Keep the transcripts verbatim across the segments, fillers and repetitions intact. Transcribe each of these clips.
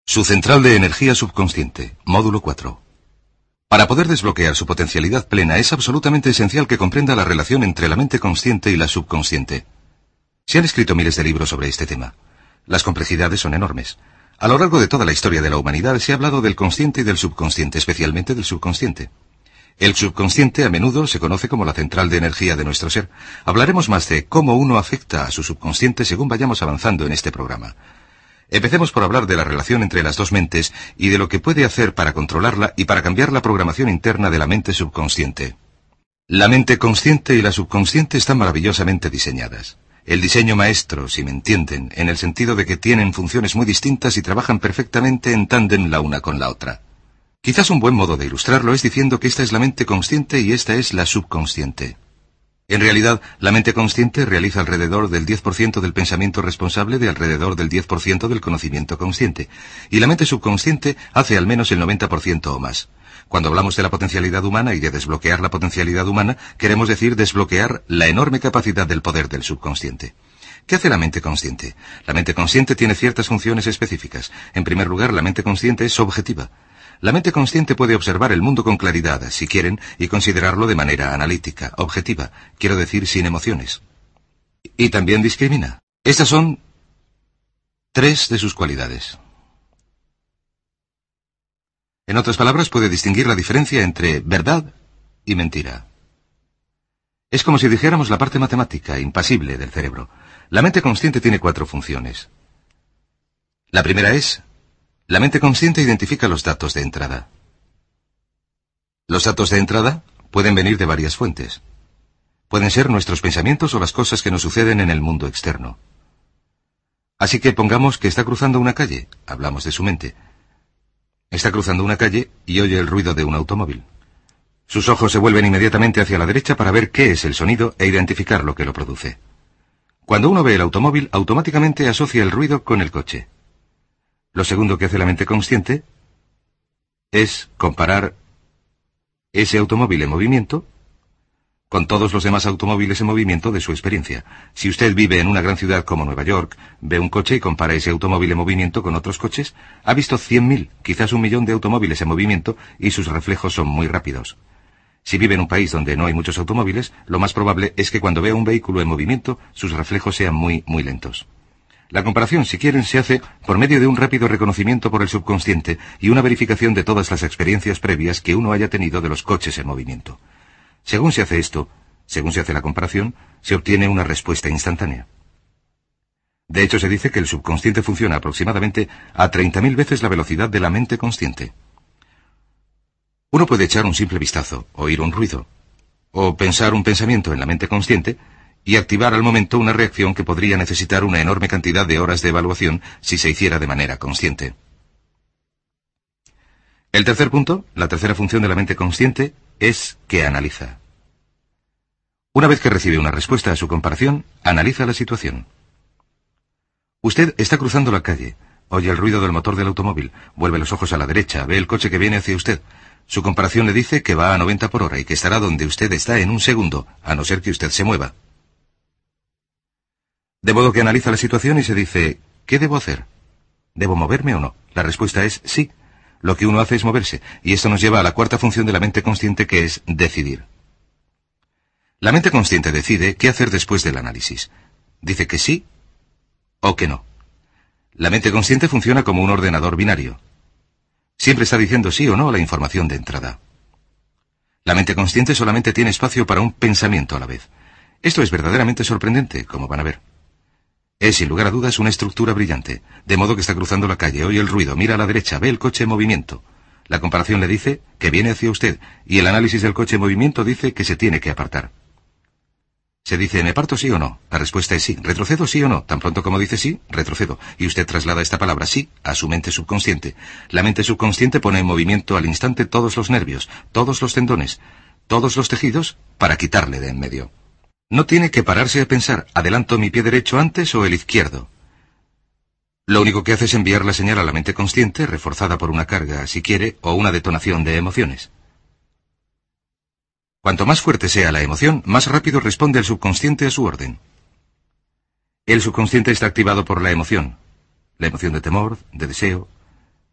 Su central de energía subconsciente, módulo cuatro. Para poder desbloquear su potencialidad plena es absolutamente esencial que comprenda la relación entre la mente consciente y la subconsciente. Se han escrito miles de libros sobre este tema. Las complejidades son enormes. A lo largo de toda la historia de la humanidad se ha hablado del consciente y del subconsciente, especialmente del subconsciente. El subconsciente a menudo se conoce como la central de energía de nuestro ser. Hablaremos más de cómo uno afecta a su subconsciente según vayamos avanzando en este programa. Empecemos por hablar de la relación entre las dos mentes y de lo que puede hacer para controlarla y para cambiar la programación interna de la mente subconsciente. La mente consciente y la subconsciente están maravillosamente diseñadas. El diseño maestro, si me entienden, en el sentido de que tienen funciones muy distintas y trabajan perfectamente en tándem la una con la otra. Quizás un buen modo de ilustrarlo es diciendo que esta es la mente consciente y esta es la subconsciente. En realidad, la mente consciente realiza alrededor del diez por ciento del pensamiento responsable de alrededor del diez por ciento del conocimiento consciente, y la mente subconsciente hace al menos el noventa por ciento o más. Cuando hablamos de la potencialidad humana y de desbloquear la potencialidad humana, queremos decir desbloquear la enorme capacidad del poder del subconsciente. ¿Qué hace la mente consciente? La mente consciente tiene ciertas funciones específicas. En primer lugar, la mente consciente es objetiva. La mente consciente puede observar el mundo con claridad, si quieren, y considerarlo de manera analítica, objetiva, quiero decir sin emociones. Y también discrimina. Estas son tres de sus cualidades. En otras palabras, puede distinguir la diferencia entre verdad y mentira. Es como si dijéramos la parte matemática, impasible del cerebro. La mente consciente tiene cuatro funciones. La primera es: la mente consciente identifica los datos de entrada. Los datos de entrada pueden venir de varias fuentes. Pueden ser nuestros pensamientos o las cosas que nos suceden en el mundo externo. Así que pongamos que está cruzando una calle, hablamos de su mente. Está cruzando una calle y oye el ruido de un automóvil. Sus ojos se vuelven inmediatamente hacia la derecha para ver qué es el sonido e identificar lo que lo produce. Cuando uno ve el automóvil, automáticamente asocia el ruido con el coche. Lo segundo que hace la mente consciente es comparar ese automóvil en movimiento con todos los demás automóviles en movimiento de su experiencia. Si usted vive en una gran ciudad como Nueva York, ve un coche y compara ese automóvil en movimiento con otros coches, ha visto cien mil, quizás un millón de automóviles en movimiento y sus reflejos son muy rápidos. Si vive en un país donde no hay muchos automóviles, lo más probable es que cuando vea un vehículo en movimiento, sus reflejos sean muy, muy lentos. La comparación, si quieren, se hace por medio de un rápido reconocimiento por el subconsciente y una verificación de todas las experiencias previas que uno haya tenido de los coches en movimiento. Según se hace esto, según se hace la comparación, se obtiene una respuesta instantánea. De hecho, se dice que el subconsciente funciona aproximadamente a treinta mil veces la velocidad de la mente consciente. Uno puede echar un simple vistazo, oír un ruido, o pensar un pensamiento en la mente consciente y activar al momento una reacción que podría necesitar una enorme cantidad de horas de evaluación si se hiciera de manera consciente. El tercer punto, la tercera función de la mente consciente, es que analiza. Una vez que recibe una respuesta a su comparación, analiza la situación. Usted está cruzando la calle, oye el ruido del motor del automóvil, vuelve los ojos a la derecha, ve el coche que viene hacia usted. Su comparación le dice que va a noventa por hora y que estará donde usted está en un segundo, a no ser que usted se mueva. De modo que analiza la situación y se dice, ¿qué debo hacer? ¿Debo moverme o no? La respuesta es sí. Lo que uno hace es moverse, y esto nos lleva a la cuarta función de la mente consciente, que es decidir. La mente consciente decide qué hacer después del análisis. Dice que sí o que no. La mente consciente funciona como un ordenador binario. Siempre está diciendo sí o no a la información de entrada. La mente consciente solamente tiene espacio para un pensamiento a la vez. Esto es verdaderamente sorprendente, como van a ver. Es, sin lugar a dudas, una estructura brillante, de modo que está cruzando la calle, oye el ruido, mira a la derecha, ve el coche en movimiento. La comparación le dice que viene hacia usted, y el análisis del coche en movimiento dice que se tiene que apartar. Se dice, ¿me parto sí o no? La respuesta es sí. ¿Retrocedo sí o no? Tan pronto como dice sí, retrocedo. Y usted traslada esta palabra sí a su mente subconsciente. La mente subconsciente pone en movimiento al instante todos los nervios, todos los tendones, todos los tejidos, para quitarle de en medio. No tiene que pararse a pensar, ¿adelanto mi pie derecho antes o el izquierdo? Lo único que hace es enviar la señal a la mente consciente, reforzada por una carga, si quiere, o una detonación de emociones. Cuanto más fuerte sea la emoción, más rápido responde el subconsciente a su orden. El subconsciente está activado por la emoción, la emoción de temor, de deseo,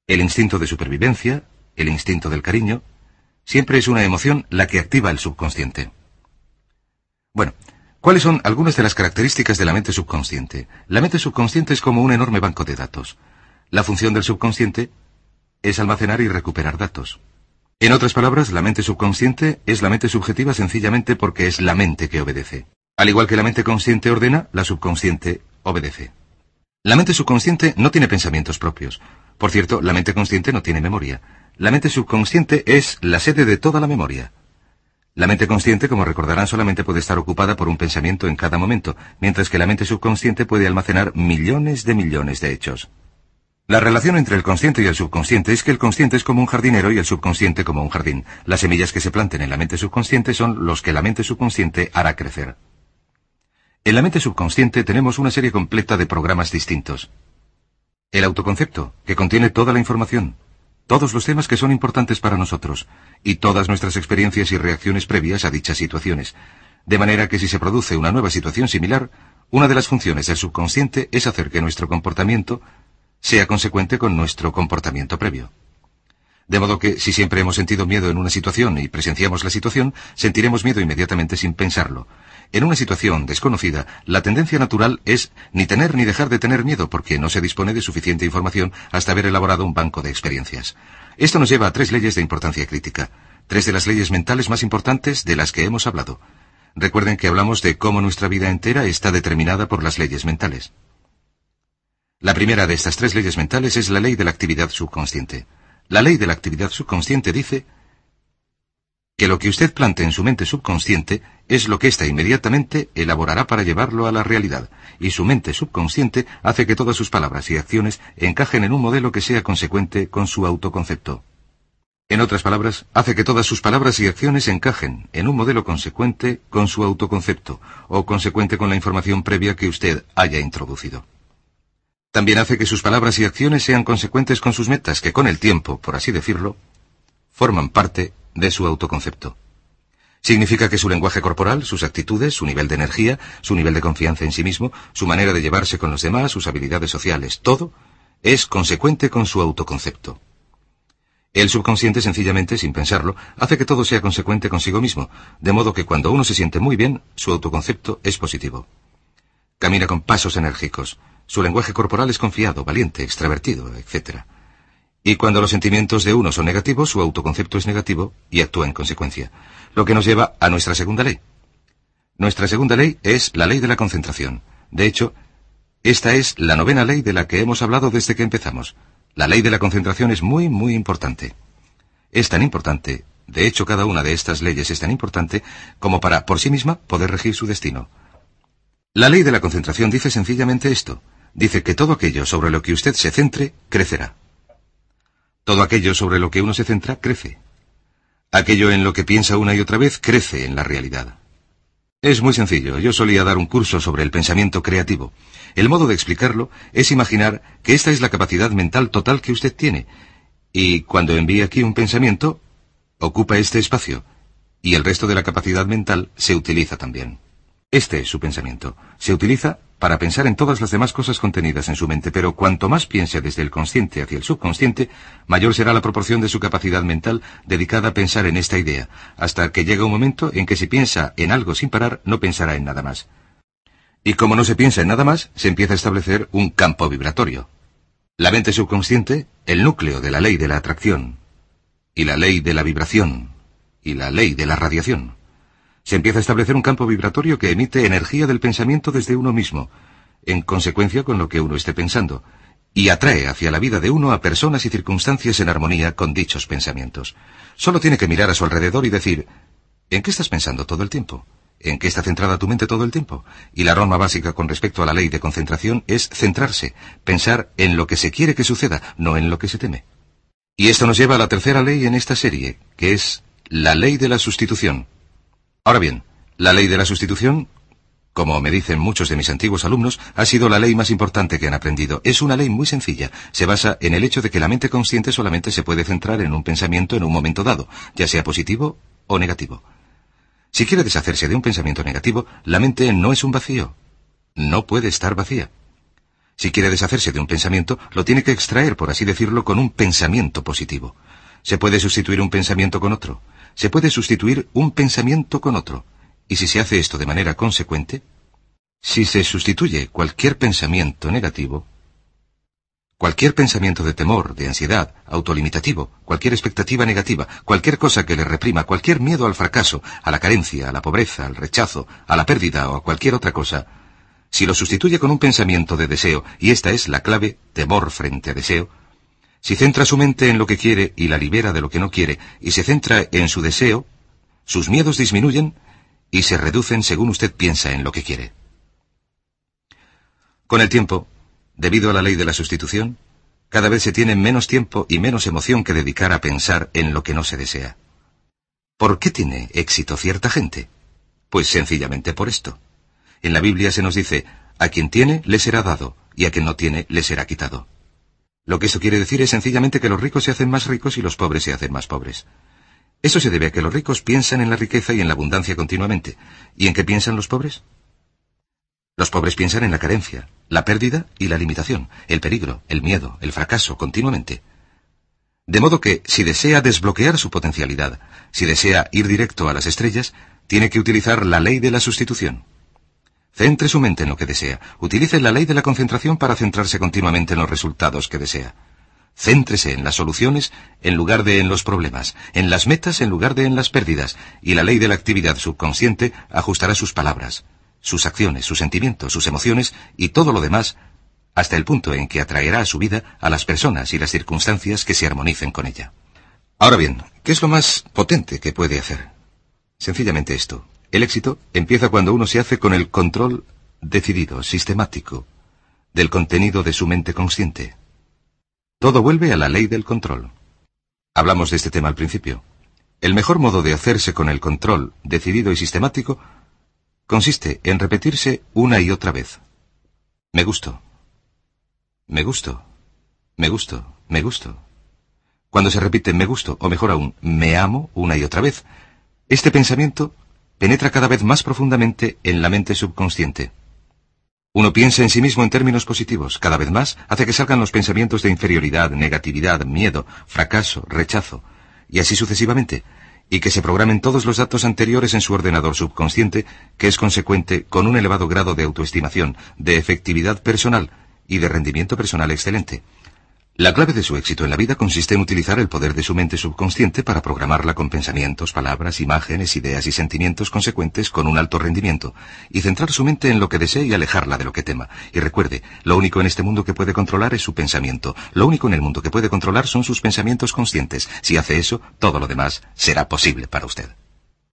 El instinto de supervivencia, el instinto del cariño, siempre es una emoción la que activa el subconsciente. Bueno, ¿cuáles son algunas de las características de la mente subconsciente? La mente subconsciente es como un enorme banco de datos. La función del subconsciente es almacenar y recuperar datos. En otras palabras, la mente subconsciente es la mente subjetiva sencillamente porque es la mente que obedece. Al igual que la mente consciente ordena, la subconsciente obedece. La mente subconsciente no tiene pensamientos propios. Por cierto, la mente consciente no tiene memoria. La mente subconsciente es la sede de toda la memoria. La mente consciente, como recordarán, solamente puede estar ocupada por un pensamiento en cada momento, mientras que la mente subconsciente puede almacenar millones de millones de hechos. La relación entre el consciente y el subconsciente es que el consciente es como un jardinero y el subconsciente como un jardín. Las semillas que se planten en la mente subconsciente son los que la mente subconsciente hará crecer. En la mente subconsciente tenemos una serie completa de programas distintos. El autoconcepto, que contiene toda la información, todos los temas que son importantes para nosotros, y todas nuestras experiencias y reacciones previas a dichas situaciones. De manera que si se produce una nueva situación similar, una de las funciones del subconsciente es hacer que nuestro comportamiento sea consecuente con nuestro comportamiento previo. De modo que, si siempre hemos sentido miedo en una situación y presenciamos la situación, sentiremos miedo inmediatamente sin pensarlo. En una situación desconocida, la tendencia natural es ni tener ni dejar de tener miedo porque no se dispone de suficiente información hasta haber elaborado un banco de experiencias. Esto nos lleva a tres leyes de importancia crítica, tres de las leyes mentales más importantes de las que hemos hablado. Recuerden que hablamos de cómo nuestra vida entera está determinada por las leyes mentales. La primera de estas tres leyes mentales es la ley de la actividad subconsciente. La ley de la actividad subconsciente dice que lo que usted plante en su mente subconsciente es lo que ésta inmediatamente elaborará para llevarlo a la realidad, y su mente subconsciente hace que todas sus palabras y acciones encajen en un modelo que sea consecuente con su autoconcepto. En otras palabras, hace que todas sus palabras y acciones encajen en un modelo consecuente con su autoconcepto, o consecuente con la información previa que usted haya introducido. También hace que sus palabras y acciones sean consecuentes con sus metas, que con el tiempo, por así decirlo, forman parte de su autoconcepto. Significa que su lenguaje corporal, sus actitudes, su nivel de energía, su nivel de confianza en sí mismo, su manera de llevarse con los demás, sus habilidades sociales, todo es consecuente con su autoconcepto. El subconsciente, sencillamente, sin pensarlo, hace que todo sea consecuente consigo mismo, de modo que cuando uno se siente muy bien, su autoconcepto es positivo. Camina con pasos enérgicos. Su lenguaje corporal es confiado, valiente, extravertido, etcétera. Y cuando los sentimientos de uno son negativos, su autoconcepto es negativo y actúa en consecuencia. Lo que nos lleva a nuestra segunda ley. Nuestra segunda ley es la ley de la concentración. De hecho, esta es la novena ley de la que hemos hablado desde que empezamos. La ley de la concentración es muy, muy importante. Es tan importante, de hecho cada una de estas leyes es tan importante como para, por sí misma, poder regir su destino. La ley de la concentración dice sencillamente esto. Dice que todo aquello sobre lo que usted se centre, crecerá. Todo aquello sobre lo que uno se centra, crece. Aquello en lo que piensa una y otra vez, crece en la realidad. Es muy sencillo. Yo solía dar un curso sobre el pensamiento creativo. El modo de explicarlo es imaginar que esta es la capacidad mental total que usted tiene. Y cuando envíe aquí un pensamiento, ocupa este espacio. Y el resto de la capacidad mental se utiliza también. Este es su pensamiento. Se utiliza para pensar en todas las demás cosas contenidas en su mente, pero cuanto más piense desde el consciente hacia el subconsciente, mayor será la proporción de su capacidad mental dedicada a pensar en esta idea, hasta que llega un momento en que si piensa en algo sin parar, no pensará en nada más. Y como no se piensa en nada más, se empieza a establecer un campo vibratorio. La mente subconsciente, el núcleo de la ley de la atracción, y la ley de la vibración, y la ley de la radiación. Se empieza a establecer un campo vibratorio que emite energía del pensamiento desde uno mismo, en consecuencia con lo que uno esté pensando, y atrae hacia la vida de uno a personas y circunstancias en armonía con dichos pensamientos. Solo tiene que mirar a su alrededor y decir, ¿en qué estás pensando todo el tiempo? ¿En qué está centrada tu mente todo el tiempo? Y la norma básica con respecto a la ley de concentración es centrarse, pensar en lo que se quiere que suceda, no en lo que se teme. Y esto nos lleva a la tercera ley en esta serie, que es la ley de la sustitución. Ahora bien, la ley de la sustitución, como me dicen muchos de mis antiguos alumnos, ha sido la ley más importante que han aprendido. Es una ley muy sencilla. Se basa en el hecho de que la mente consciente solamente se puede centrar en un pensamiento en un momento dado, ya sea positivo o negativo. Si quiere deshacerse de un pensamiento negativo, la mente no es un vacío. No puede estar vacía. Si quiere deshacerse de un pensamiento, lo tiene que extraer, por así decirlo, con un pensamiento positivo. Se puede sustituir un pensamiento con otro. Se puede sustituir un pensamiento con otro. Y si se hace esto de manera consecuente, si se sustituye cualquier pensamiento negativo, cualquier pensamiento de temor, de ansiedad, autolimitativo, cualquier expectativa negativa, cualquier cosa que le reprima, cualquier miedo al fracaso, a la carencia, a la pobreza, al rechazo, a la pérdida o a cualquier otra cosa, si lo sustituye con un pensamiento de deseo, y esta es la clave, temor frente a deseo, si centra su mente en lo que quiere y la libera de lo que no quiere, y se centra en su deseo, sus miedos disminuyen y se reducen según usted piensa en lo que quiere. Con el tiempo, debido a la ley de la sustitución, cada vez se tiene menos tiempo y menos emoción que dedicar a pensar en lo que no se desea. ¿Por qué tiene éxito cierta gente? Pues sencillamente por esto. En la Biblia se nos dice, a quien tiene le será dado, y a quien no tiene le será quitado. Lo que eso quiere decir es sencillamente que los ricos se hacen más ricos y los pobres se hacen más pobres. Eso se debe a que los ricos piensan en la riqueza y en la abundancia continuamente. ¿Y en qué piensan los pobres? Los pobres piensan en la carencia, la pérdida y la limitación, el peligro, el miedo, el fracaso, continuamente. De modo que, si desea desbloquear su potencialidad, si desea ir directo a las estrellas, tiene que utilizar la ley de la sustitución. Centre su mente en lo que desea. Utilice la ley de la concentración para centrarse continuamente en los resultados que desea. Céntrese en las soluciones en lugar de en los problemas, en las metas en lugar de en las pérdidas, y la ley de la actividad subconsciente ajustará sus palabras, sus acciones, sus sentimientos, sus emociones y todo lo demás, hasta el punto en que atraerá a su vida a las personas y las circunstancias que se armonicen con ella. Ahora bien, ¿qué es lo más potente que puede hacer? Sencillamente esto. El éxito empieza cuando uno se hace con el control decidido, sistemático, del contenido de su mente consciente. Todo vuelve a la ley del control. Hablamos de este tema al principio. El mejor modo de hacerse con el control decidido y sistemático consiste en repetirse una y otra vez. Me gusto. Me gusto. Me gusto. Me gusto. Cuando se repite me gusto, o mejor aún, me amo una y otra vez, este pensamiento penetra cada vez más profundamente en la mente subconsciente. Uno piensa en sí mismo en términos positivos, cada vez más hace que salgan los pensamientos de inferioridad, negatividad, miedo, fracaso, rechazo, y así sucesivamente, y que se programen todos los datos anteriores en su ordenador subconsciente, que es consecuente con un elevado grado de autoestimación, de efectividad personal y de rendimiento personal excelente. La clave de su éxito en la vida consiste en utilizar el poder de su mente subconsciente para programarla con pensamientos, palabras, imágenes, ideas y sentimientos consecuentes con un alto rendimiento, y centrar su mente en lo que desee y alejarla de lo que tema. Y recuerde, lo único en este mundo que puede controlar es su pensamiento. Lo único en el mundo que puede controlar son sus pensamientos conscientes. Si hace eso, todo lo demás será posible para usted.